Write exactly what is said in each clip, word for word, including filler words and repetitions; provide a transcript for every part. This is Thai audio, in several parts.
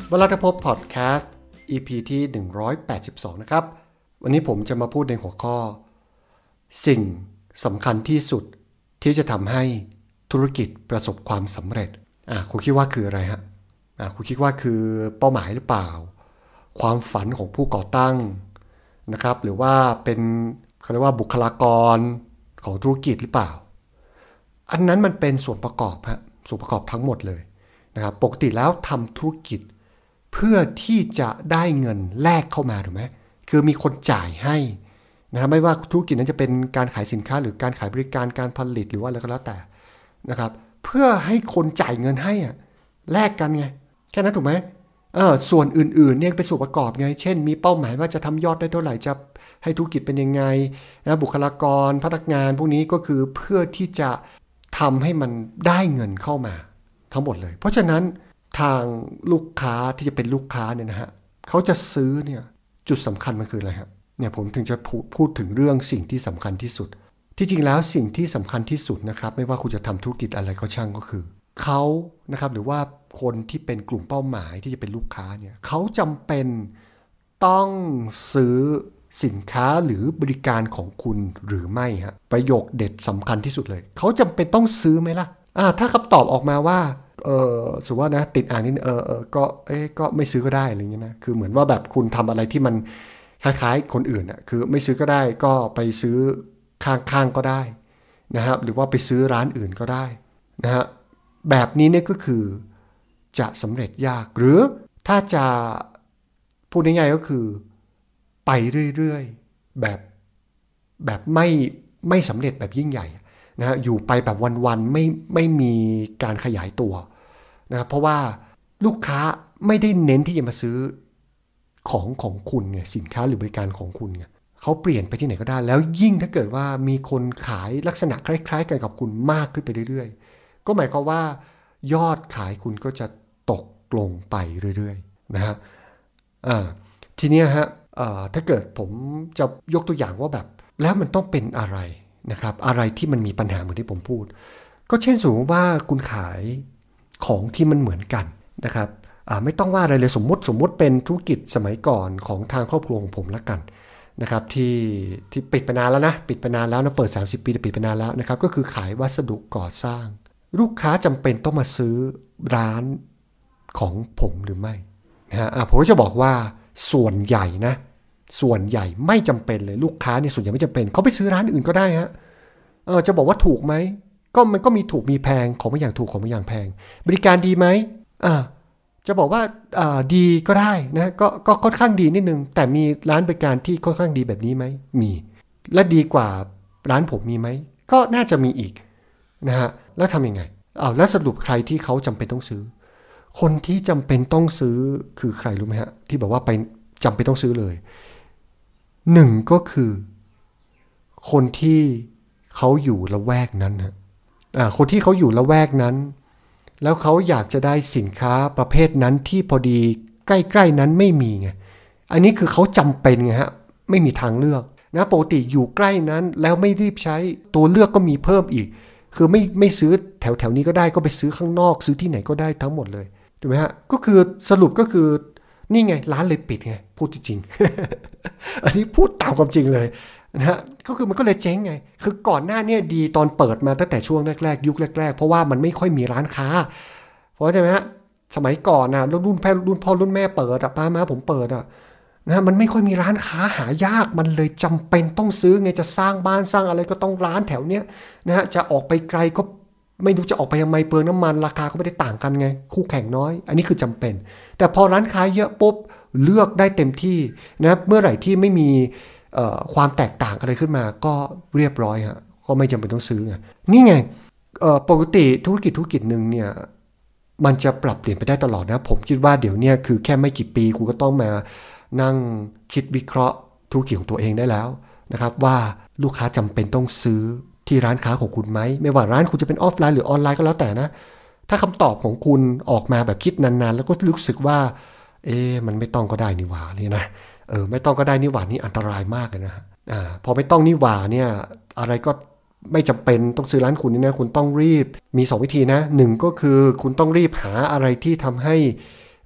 วรัตภพพอดแคสต์ อี พี ที่หนึ่งร้อยแปดสิบสองนะครับวันนี้ผมจะมาพูดในหัวข้อสิ่งสำคัญที่สุดที่จะทำให้ธุรกิจประสบความสำเร็จอ่ะคุณคิดว่าคืออะไรฮะอ่ะคุณคิดว่าคือเป้าหมายหรือเปล่าความฝันของผู้ก่อตั้งนะครับหรือว่าเป็นเขาเรียกว่าบุคลากรของธุรกิจหรือเปล่าอันนั้นมันเป็นส่วนประกอบฮะส่วนประกอบทั้งหมดเลยนะครับปกติแล้วทำธุรกิจเพื่อที่จะได้เงินแลกเข้ามาถูกไหมคือมีคนจ่ายให้นะครับไม่ว่าธุรกิจนั้นจะเป็นการขายสินค้าหรือการขายบริการการผลิตหรือว่าอะไรก็แล้วแต่นะครับเพื่อให้คนจ่ายเงินให้อะแลกกันไงแค่นั้นถูกไหมเออส่วนอื่นๆเนี่ยเป็นส่วนประกอบไงเช่นมีเป้าหมายว่าจะทำยอดได้เท่าไหร่จะให้ธุรกิจเป็นยังไงนะบุคลากรพนักงานพวกนี้ก็คือเพื่อที่จะทำให้มันได้เงินเข้ามาทั้งหมดเลยเพราะฉะนั้นทางลูกค้าที่จะเป็นลูกค้าเนี่ยนะฮะเขาจะซื้อเนี่ยจุดสำคัญมันคืออะไรครับเนี่ยผมถึงจะพูดถึงเรื่องสิ่งที่สำคัญที่สุดที่จริงแล้วสิ่งที่สำคัญที่สุดนะครับไม่ว่าคุณจะทำธุรกิจอะไรก็ช่างก็คือเขานะครับหรือว่าคนที่เป็นกลุ่มเป้าหมายที่จะเป็นลูกค้าเนี่ยเขาจำเป็นต้องซื้อสินค้าหรือบริการของคุณหรือไม่ฮะประโยคเด็ดสำคัญที่สุดเลยเขาจำเป็นต้องซื้อไหมล่ะอ่าถ้าคำตอบออกมาว่าเออสมมติว่านะติดอ่างนี่เออเออก็เอ๊ะก็ไม่ซื้อก็ได้อะไรอย่างเงี้ยนะคือเหมือนว่าแบบคุณทำอะไรที่มันคล้ายๆคนอื่นอ่ะคือไม่ซื้อก็ได้ก็ไปซื้อข้างๆก็ได้นะครับหรือว่าไปซื้อร้านอื่นก็ได้นะฮะแบบนี้เนี่ยก็คือจะสำเร็จยากหรือถ้าจะพูดง่ายๆก็คือไปเรื่อยๆแบบแบบไม่ไม่สำเร็จแบบยิ่งใหญ่นะฮะอยู่ไปแบบวันๆไม่ไม่มีการขยายตัวนะเพราะว่าลูกค้าไม่ได้เน้นที่จะมาซื้อของของคุณไงสินค้าหรือบริการของคุณไงเขาเปลี่ยนไปที่ไหนก็ได้แล้วยิ่งถ้าเกิดว่ามีคนขายลักษณะคล้ายๆกันกับคุณมากขึ้นไปเรื่อยๆก็หมายความว่ายอดขายคุณก็จะตกลงไปเรื่อยๆนะฮะอ่าทีเนี้ยฮะถ้าเกิดผมจะยกตัวอย่างว่าแบบแล้วมันต้องเป็นอะไรนะครับอะไรที่มันมีปัญหาเหมือนที่ผมพูดก็เช่นสมมติว่าคุณขายของที่มันเหมือนกันนะครับไม่ต้องว่าอะไรเลยสมมติสมมติเป็นธุรกิจสมัยก่อนของทางครอบครัวของผมละกันนะครับที่ที่ปิดไปนานแล้วนะปิดไปนานแล้วนะเปิดสามสิบปีแต่ปิดไปนานแล้วนะครับก็คือขายวัสดุก่อสร้างลูกค้าจำเป็นต้องมาซื้อร้านของผมหรือไม่นะฮะผมก็จะบอกว่าส่วนใหญ่นะส่วนใหญ่ไม่จำเป็นเลยลูกค้าเนี่ยส่วนใหญ่ไม่จำเป็นเขาไปซื้อร้านอื่นก็ได้ฮะเออจะบอกว่าถูกไหมก็มันก็มีถูกมีแพงของบางอย่างถูกของบางอย่างแพงบริการดีไหมอ่าจะบอกว่าอ่าดีก็ได้นะก็ก็ค่อนข้างดีนิดนึงแต่มีร้านบริการที่ค่อนข้างดีแบบนี้ไหมมีและดีกว่าร้านผมมีไหมก็น่าจะมีอีกนะฮะแล้วทำยังไงอ้าวแล้วสรุปใครที่เขาจำเป็นต้องซื้อคนที่จำเป็นต้องซื้อคือใครรู้ไหมฮะที่บอกว่าไปจำเป็นต้องซื้อเลยหนึ่งก็คือคนที่เขาอยู่ละแวกนั้นฮะอ่าคนที่เขาอยู่ละแวกนั้นแล้วเขาอยากจะได้สินค้าประเภทนั้นที่พอดีใกล้ๆนั้นไม่มีไงอันนี้คือเขาจำเป็นไงฮะไม่มีทางเลือกนะปกติอยู่ใกล้นั้นแล้วไม่รีบใช้ตัวเลือกก็มีเพิ่มอีกคือไม่ไม่ซื้อแถวแถวนี้ก็ได้ก็ไปซื้อข้างนอกซื้อที่ไหนก็ได้ทั้งหมดเลยถูกไหมฮะก็คือสรุปก็คือนี่ไงร้านเลยปิดไงพูดจริงๆ อันนี้พูดตามความจริงเลยนะฮะก็คือมันก็เลยเจ๊งไงคือก่อนหน้านี้ดีตอนเปิดมาตั้งแต่ช่วงแรกๆยุคแรกๆเพราะว่ามันไม่ค่อยมีร้านค้าเพราะใช่ไหมฮะสมัยก่อนนะรุ่นพ่อรุ่นพ่อรุ่นแม่เปิดอะป้ามาผมเปิดอะนะมันไม่ค่อยมีร้านค้าหายากมันเลยจำเป็นต้องซื้อไงจะสร้างบ้านสร้างอะไรก็ต้องร้านแถวเนี้ยนะฮะจะออกไปไกลก็ไม่รู้จะออกไปยังไงเปลืองน้ำมันราคาก็ไม่ได้ต่างกันไงคู่แข่งน้อยอันนี้คือจำเป็นแต่พอร้านค้าเยอะปุ๊บเลือกได้เต็มที่นะเมื่อไหร่ที่ไม่มีความแตกต่างอะไรขึ้นมาก็เรียบร้อยฮะก็ไม่จำเป็นต้องซื้อไงนี่ไงปกติธุรกิจธุรกิจหนึ่งเนี่ยมันจะปรับเปลี่ยนไปได้ตลอดนะผมคิดว่าเดี๋ยวนี้คือแค่ไม่กี่ปีคุณก็ต้องมานั่งคิดวิเคราะห์ธุรกิจของตัวเองได้แล้วนะครับว่าลูกค้าจำเป็นต้องซื้อที่ร้านค้าของคุณไหมไม่ว่าร้านคุณจะเป็นออฟไลน์หรือออนไลน์ก็แล้วแต่นะถ้าคำตอบของคุณออกมาแบบคิดนานๆแล้วก็รู้สึกว่าเอ๊ะมันไม่ต้องก็ได้นี่หว่านี่นะเออไม่ต้องก็ได้นี่หว่านี่อันตรายมากเลยนะอ่าพอไม่ต้องนี่หว่าเนี่ยอะไรก็ไม่จำเป็นต้องซื้อร้านคุณนี่นะคุณต้องรีบมีสองวิธีนะหนึ่งก็คือคุณต้องรีบหาอะไรที่ทำให้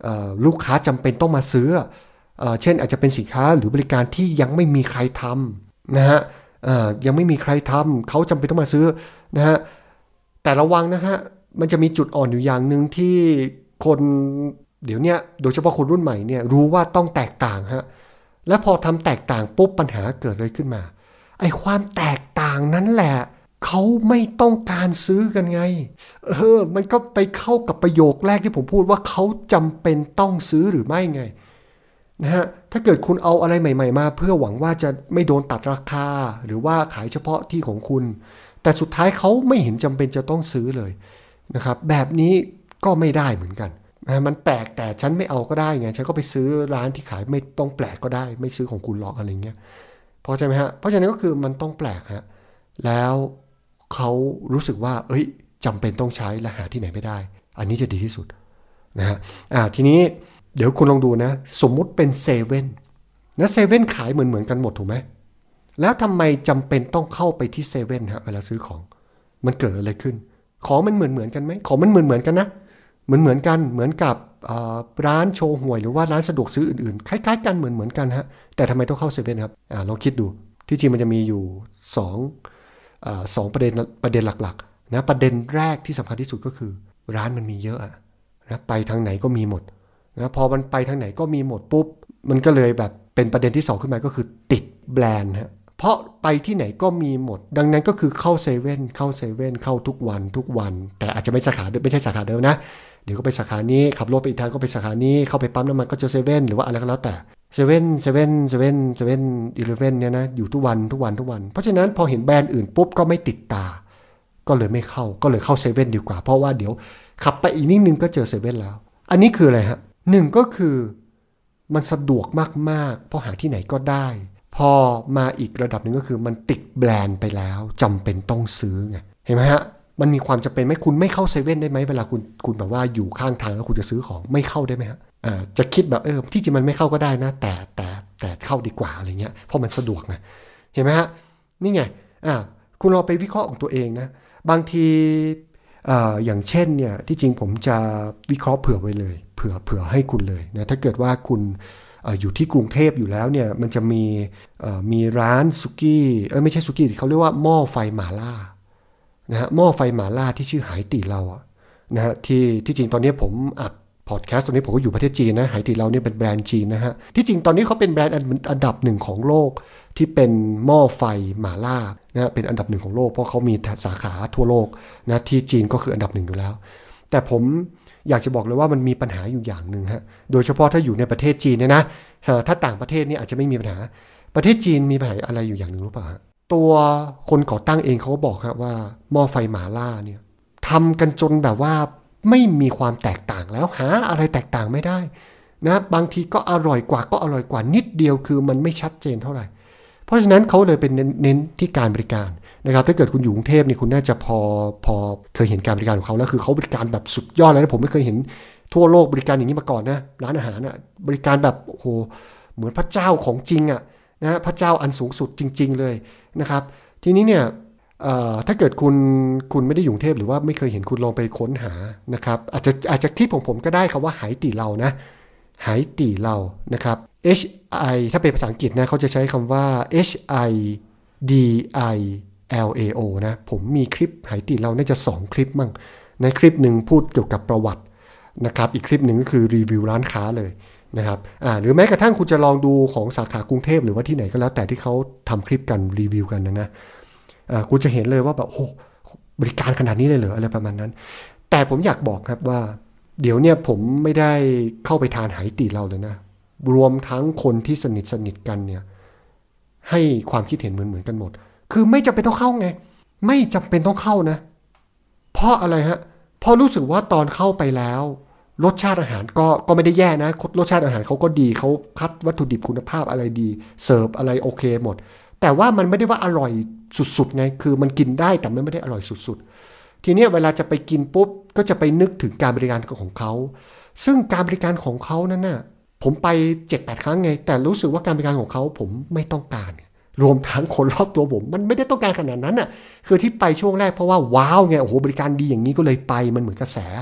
ลูกค้าจำเป็นต้องมาซื้อเช่นอาจจะเป็นสินค้าหรือบริการที่ยังไม่มีใครทำนะฮะยังไม่มีใครทำเขาจำเป็นต้องมาซื้อนะฮะแต่ระวังนะฮะมันจะมีจุดอ่อนอยู่อย่างหนึ่งที่คนเดี๋ยวนี้โดยเฉพาะคนรุ่นใหม่เนี่ยรู้ว่าต้องแตกต่างฮะและพอทำแตกต่างปุ๊บปัญหาเกิดอะไรขึ้นมาไอ้ความแตกต่างนั้นแหละเขาไม่ต้องการซื้อกันไงเออมันก็ไปเข้ากับประโยคแรกที่ผมพูดว่าเขาจำเป็นต้องซื้อหรือไม่ไงนะฮะถ้าเกิดคุณเอาอะไรใหม่ๆมาเพื่อหวังว่าจะไม่โดนตัดราคาหรือว่าขายเฉพาะที่ของคุณแต่สุดท้ายเขาไม่เห็นจำเป็นจะต้องซื้อเลยนะครับแบบนี้ก็ไม่ได้เหมือนกันนะมันแปลกแต่ฉันไม่เอาก็ได้ไงฉันก็ไปซื้อร้านที่ขายไม่ต้องแปลกก็ได้ไม่ซื้อของคุณหรอกอะไรเงี้ยพอใจไหมฮะเพราะฉะนั้นก็คือมันต้องแปลกฮะแล้วเขารู้สึกว่าเอ้ยจำเป็นต้องใช้และหาที่ไหนไม่ได้อันนี้จะดีที่สุดนะฮะอ่าทีนี้เดี๋ยวคุณลองดูนะสมมุติเป็นเซเว่นนะเซเว่นขายเหมือนเหมือนกันหมดถูกไหมแล้วทำไมจำเป็นต้องเข้าไปที่เซเว่นฮะเวลาซื้อของมันเกิดอะไรขึ้นของมันเหมือนเหมือนกันไหมของมันเหมือนเหมือนกันนะเหมือนเหมือนกันเหมือนกับร้านโชว์หวยหรือว่าร้านสะดวกซื้ออื่นๆคล้ายๆกันเหมือนเหมือนกันฮะแต่ทำไมต้องเข้าเซเว่นครับอ่าลองคิดดูที่จริงมันจะมีอยู่สองอ่าสองประเด็นประเด็นหลักๆนะประเด็นแรกที่สำคัญที่สุดก็คือร้านมันมีเยอะนะไปทางไหนก็มีหมดนะพอมันไปทางไหนก็มีหมดปุ๊บมันก็เลยแบบเป็นประเด็นที่สองขึ้นมาก็คือติดแบรนด์ฮะเพราะไปที่ไหนก็มีหมดดังนั้นก็คือเข้าเซเว่นเข้าเซเว่นเข้าทุกวันทุกวันแต่อาจจะไม่สาขาไม่ใช่สาขาเดิมนะเดี๋ยวก็ไปสาขานี้ขับรถไปอีกทางก็ไปสาขานี้เข้าไปปั๊มน้ำมันก็เจอเซเว่นหรือว่าอะไรก็แล้วแต่เซเว่นเซเว่นเซเว่นเซเว่นอีเลฟเว่นเนี่ยนะอยู่ทุกวันทุกวันทุกวันเพราะฉะนั้นพอเห็นแบรนด์อื่นปุ๊บก็ไม่ติดตาก็เลยไม่เข้าก็เลยเข้าเซเว่นดีกว่าเพราะว่าเดี๋ยวขับไปอีกนิดนึงก็เจอเซเว่นแล้วอันนี้คืออะไรฮะหนึ่งก็คือมันสะดวกมากๆเพราะหาที่ไหนก็ได้พอมาอีกระดับหนึ่งก็คือมันติดแบรนด์ไปแล้วจำเป็นต้องซื้อไงเห็นไหมฮะมันมีความจำเป็นไหมคุณไม่เข้าเซเว่นได้ไหมเวลาคุณคุณแบบว่าอยู่ข้างทางแล้วคุณจะซื้อของไม่เข้าได้ไหมฮะอ่าจะคิดแบบเออที่จริงมันไม่เข้าก็ได้นะแต่แต่แต่เข้าดีกว่าอะไรเงี้ยเพราะมันสะดวกนะเห็นไหมฮะนี่ไงอ่าคุณลองไปวิเคราะห์ของตัวเองนะบางทีอ่าอย่างเช่นเนี่ยที่จริงผมจะวิเคราะห์เผื่อไว้เลยเผื่อเผื่อให้คุณเลยนะถ้าเกิดว่าคุณอยู่ที่กรุงเทพอยู่แล้วเนี่ยมันจะมีมีร้านสุกี้เออไม่ใช่สุกี้เขาเรียกว่าหม้อไฟหม่าล่านะฮะหม้อไฟหม่าล่าที่ชื่อไหตีเราอ่ะนะฮะที่ที่จริงตอนนี้ผมอัดพอดแคสต์ตอนนี้ผมก็อยู่ประเทศจีนนะไหตีเราเนี่ยเป็นแบรนด์จีนนะฮะที่จริงตอนนี้เขาเป็นแบรนด์อันดับหนึ่งของโลกที่เป็นหม้อไฟหม่าล่านะเป็นอันดับหนึ่งของโลกเพราะเขามีสาขาทั่วโลกนะที่จีนก็คืออันดับหนึ่งอยู่แล้วแต่ผมอยากจะบอกเลยว่ามันมีปัญหาอยู่อย่างหนึ่งฮะโดยเฉพาะถ้าอยู่ในประเทศจีนเนี่ยนะถ้าต่างประเทศนี่อาจจะไม่มีปัญหาประเทศจีนมีปัญหาอะไรอยู่อย่างหนึ่งรู้ป่ะตัวคนก่อตั้งเองเขาก็บอกครับว่าหม้อไฟหม่าล่าเนี่ยทำกันจนแบบว่าไม่มีความแตกต่างแล้วหาอะไรแตกต่างไม่ได้นะบางทีก็อร่อยกว่าก็อร่อยกว่านิดเดียวคือมันไม่ชัดเจนเท่าไหร่เพราะฉะนั้นเขาเลยเป็นเน้นที่การบริการนะครับถ้าเกิดคุณอยู่กรุงเทพนี่คุณน่าจะพอพอเคยเห็นการบริการของเขาแล้วคือเขาบริการแบบสุดยอดเลยนะผมไม่เคยเห็นทั่วโลกบริการอย่างนี้มาก่อนนะร้านอาหารน่ะบริการแบบโอ้โหเหมือนพระเจ้าของจริงอ่ะนะพระเจ้าอันสูงสุดจริงๆเลยนะครับทีนี้เนี่ยถ้าเกิดคุณคุณไม่ได้อยู่กรุงเทพหรือว่าไม่เคยเห็นคุณลองไปค้นหานะครับอาจจะอาจจะคลิปของผมก็ได้คำว่าไหตีเรานะไหตีเรานะครับ H I ถ้าเป็นภาษาอังกฤษนะเขาจะใช้คำว่า H I D I L A O นะผมมีคลิปไหตีเราน่าจะสองคลิปมั่งในคลิปหนึ่งพูดเกี่ยวกับประวัตินะครับอีกคลิปหนึ่งก็คือรีวิวร้านค้าเลยนะครับอ่าหรือแม้กระทั่งคุณจะลองดูของสาขากรุงเทพหรือว่าที่ไหนก็แล้วแต่ที่เขาทำคลิปกันรีวิวกันนะนะอ่าคุณจะเห็นเลยว่าแบบโอ้บริการขนาดนี้เลยเหรออะไรประมาณนั้นแต่ผมอยากบอกครับว่าเดี๋ยวเนี่ยผมไม่ได้เข้าไปทานไหตีเราเลยนะรวมทั้งคนที่สนิทสนิทกันเนี่ยให้ความคิดเห็นเหมือนเหมือนกันหมดคือไม่จำเป็นต้องเข้าไงไม่จำเป็นต้องเข้านะเพราะอะไรฮะเพราะรู้สึกว่าตอนเข้าไปแล้วรสชาติอาหารก็ก็ไม่ได้แย่นะรสชาติอาหารเขาก็ดีเขาคัดวัตถุดิบคุณภาพอะไรดีเสิร์ฟอะไรโอเคหมดแต่ว่ามันไม่ได้ว่าอร่อยสุดๆไงคือมันกินได้แต่ไม่ได้อร่อยสุดๆทีนี้เวลาจะไปกินปุ๊บก็จะไปนึกถึงการบริการของเขาซึ่งการบริการของเขานั้นน่ะผมไป เจ็ดแปด ครั้งไงแต่รู้สึกว่าการบริการของเขาผมไม่ต้องการรวมทั้งคนรอบตัวผมมันไม่ได้ต้องการขนาดนั้นน่ะคือที่ไปช่วงแรกเพราะว่าว้าวไงโอ้โหบริการดีอย่างนี้ก็เลยไปมันเหมือนกระแส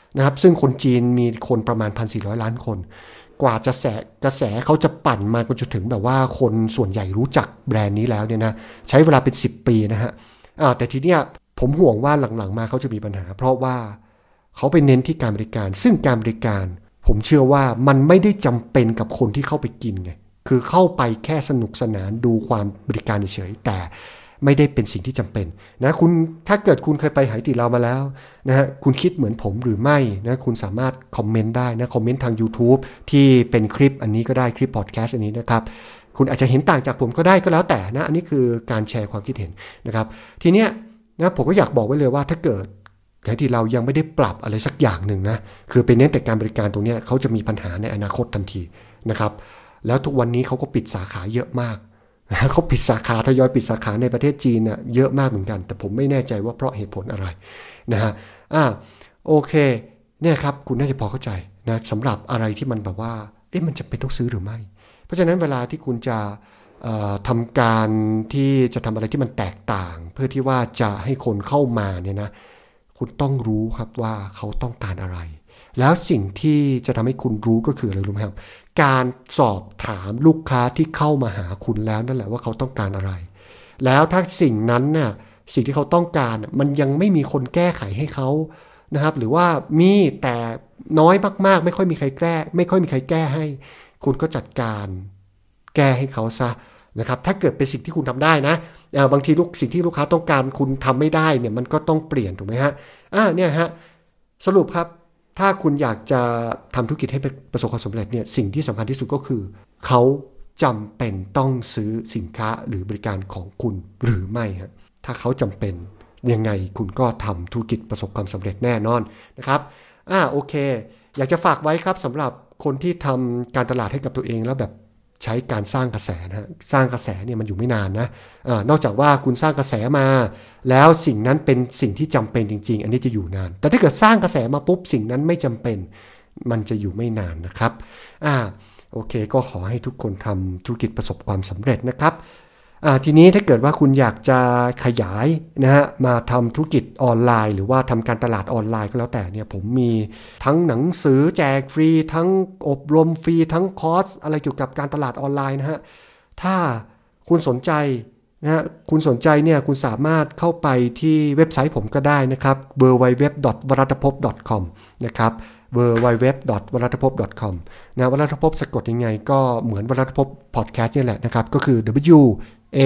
นะครับซึ่งคนจีนมีคนประมาณ หนึ่งพันสี่ร้อย ล้านคนกว่าจะแสกระแสเขาจะปั่นมาจนถึงแบบว่าคนส่วนใหญ่รู้จักแบรนด์นี้แล้วเนี่ยนะใช้เวลาเป็นสิบปีนะฮะแต่ทีเนี้ยผมห่วงว่าหลังๆมาเขาจะมีปัญหาเพราะว่าเขาไปเน้นที่การบริการซึ่งการบริการผมเชื่อว่ามันไม่ได้จำเป็นกับคนที่เข้าไปกินไงคือเข้าไปแค่สนุกสนานดูความบริการเฉยๆแต่ไม่ได้เป็นสิ่งที่จำเป็นนะคุณถ้าเกิดคุณเคยไปไหตี้เหลามาแล้วนะฮะคุณคิดเหมือนผมหรือไม่นะคุณสามารถคอมเมนต์ได้นะคอมเมนต์ทาง YouTube ที่เป็นคลิปอันนี้ก็ได้คลิปพอดแคสต์อันนี้นะครับคุณอาจจะเห็นต่างจากผมก็ได้ก็แล้วแต่นะอันนี้คือการแชร์ความคิดเห็นนะครับทีเนี้ยนะผมก็อยากบอกไว้เลยว่าถ้าเกิดไหตี้เหลายังไม่ได้ปรับอะไรสักอย่างหนึ่งนะคือเป็นเน้นแต่การบริการตรงนี้เขาจะมีปัญหาในอนาคตทันทีนะครับแล้วทุกวันนี้เขาก็ปิดสาขาเยอะมากเขาปิดสาขาทยอยปิดสาขาในประเทศจีนน่ะเยอะมากเหมือนกันแต่ผมไม่แน่ใจว่าเพราะเหตุผลอะไรนะฮะอ่าโอเคเนี่ยครับคุณน่าจะพอเข้าใจนะสำหรับอะไรที่มันแบบว่าเอ๊ะมันจะเป็นต้องซื้อหรือไม่เพราะฉะนั้นเวลาที่คุณจะทำการที่จะทำอะไรที่มันแตกต่างเพื่อที่ว่าจะให้คนเข้ามาเนี่ยนะคุณต้องรู้ครับว่าเขาต้องการอะไรแล้วสิ่งที่จะทำให้คุณรู้ก็คืออะไรรู้ไหมครับการสอบถามลูกค้าที่เข้ามาหาคุณแล้วนั่นแหละว่าเขาต้องการอะไรแล้วถ้าสิ่งนั้นน่ะสิ่งที่เขาต้องการมันยังไม่มีคนแก้ไขให้เขานะครับหรือว่ามีแต่น้อยมากๆไม่ค่อยมีใครแก้ไม่ค่อยมีใครแก้ให้คุณก็จัดการแก้ให้เขาซะนะครับถ้าเกิดเป็นสิ่งที่คุณทำได้นะบางทีลูกสิ่งที่ลูกค้าต้องการคุณทำไม่ได้เนี่ยมันก็ต้องเปลี่ยนถูกไหมฮะอ่าเนี่ยฮะสรุปครับถ้าคุณอยากจะทำธุรกิจให้ประสบความสำเร็จเนี่ยสิ่งที่สำคัญที่สุดก็คือเขาจำเป็นต้องซื้อสินค้าหรือบริการของคุณหรือไม่ครับถ้าเขาจำเป็นยังไงคุณก็ทำธุรกิจประสบความสำเร็จแน่นอนนะครับอ่าโอเคอยากจะฝากไว้ครับสำหรับคนที่ทำการตลาดให้กับตัวเองแล้วแบบใช้การสร้างกระแสนะสร้างกระแสเนี่ยมันอยู่ไม่นานนะอ่านอกจากว่าคุณสร้างกระแสมาแล้วสิ่งนั้นเป็นสิ่งที่จำเป็นจริงๆอันนี้จะอยู่นานแต่ถ้าเกิดสร้างกระแสมาปุ๊บสิ่งนั้นไม่จำเป็นมันจะอยู่ไม่นานนะครับอ่าโอเคก็ขอให้ทุกคนทำธุรกิจประสบความสำเร็จนะครับอ่าทีนี้ถ้าเกิดว่าคุณอยากจะขยายนะฮะมาทำธุรกิจออนไลน์หรือว่าทำการตลาดออนไลน์ก็แล้วแต่เนี่ยผมมีทั้งหนังสือแจกฟรีทั้งอบรมฟรีทั้งคอร์สอะไรเกี่ยวกับการตลาดออนไลน์นะฮะถ้าคุณสนใจนะฮะคุณสนใจเนี่ยคุณสามารถเข้าไปที่เว็บไซต์ผมก็ได้นะครับ ดับเบิลยู ดับเบิลยู ดับเบิลยู ดอท วรัตภพ ดอท คอม นะครับ ดับเบิลยู ดับเบิลยู ดับเบิลยู ดอท วรัตภพ ดอท คอม นะวรัตภพสะกดยังไงก็เหมือนวรัตภพพอดแคสต์นี่แหละนะครับก็คือ W A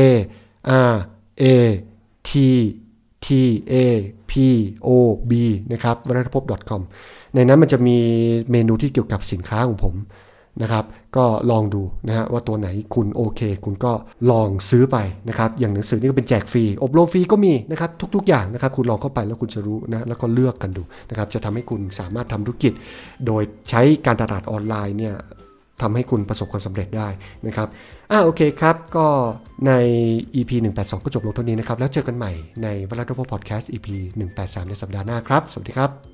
R A T T A P O B นะครับ วรัตภพ ดอท คอม ในนั้นมันจะมีเมนูที่เกี่ยวกับสินค้าของผมนะครับก็ลองดูนะฮะว่าตัวไหนคุณโอเคคุณก็ลองซื้อไปนะครับอย่างหนังสือนี่ก็เป็นแจกฟรีอบรมฟรีก็มีนะครับทุกๆอย่างนะครับคุณลองเข้าไปแล้วคุณจะรู้นะแล้วก็เลือกกันดูนะครับจะทำให้คุณสามารถทำธุรกิจโดยใช้การตลาดออนไลน์เนี่ยทำให้คุณประสบความสำเร็จได้นะครับอ่าโอเคครับก็ใน อี พี หนึ่งแปดสองก็จบลงเท่านี้นะครับแล้วเจอกันใหม่ในวรัตภพพอดแคสต์ อี พี หนึ่งแปดสามในสัปดาห์หน้าครับสวัสดีครับ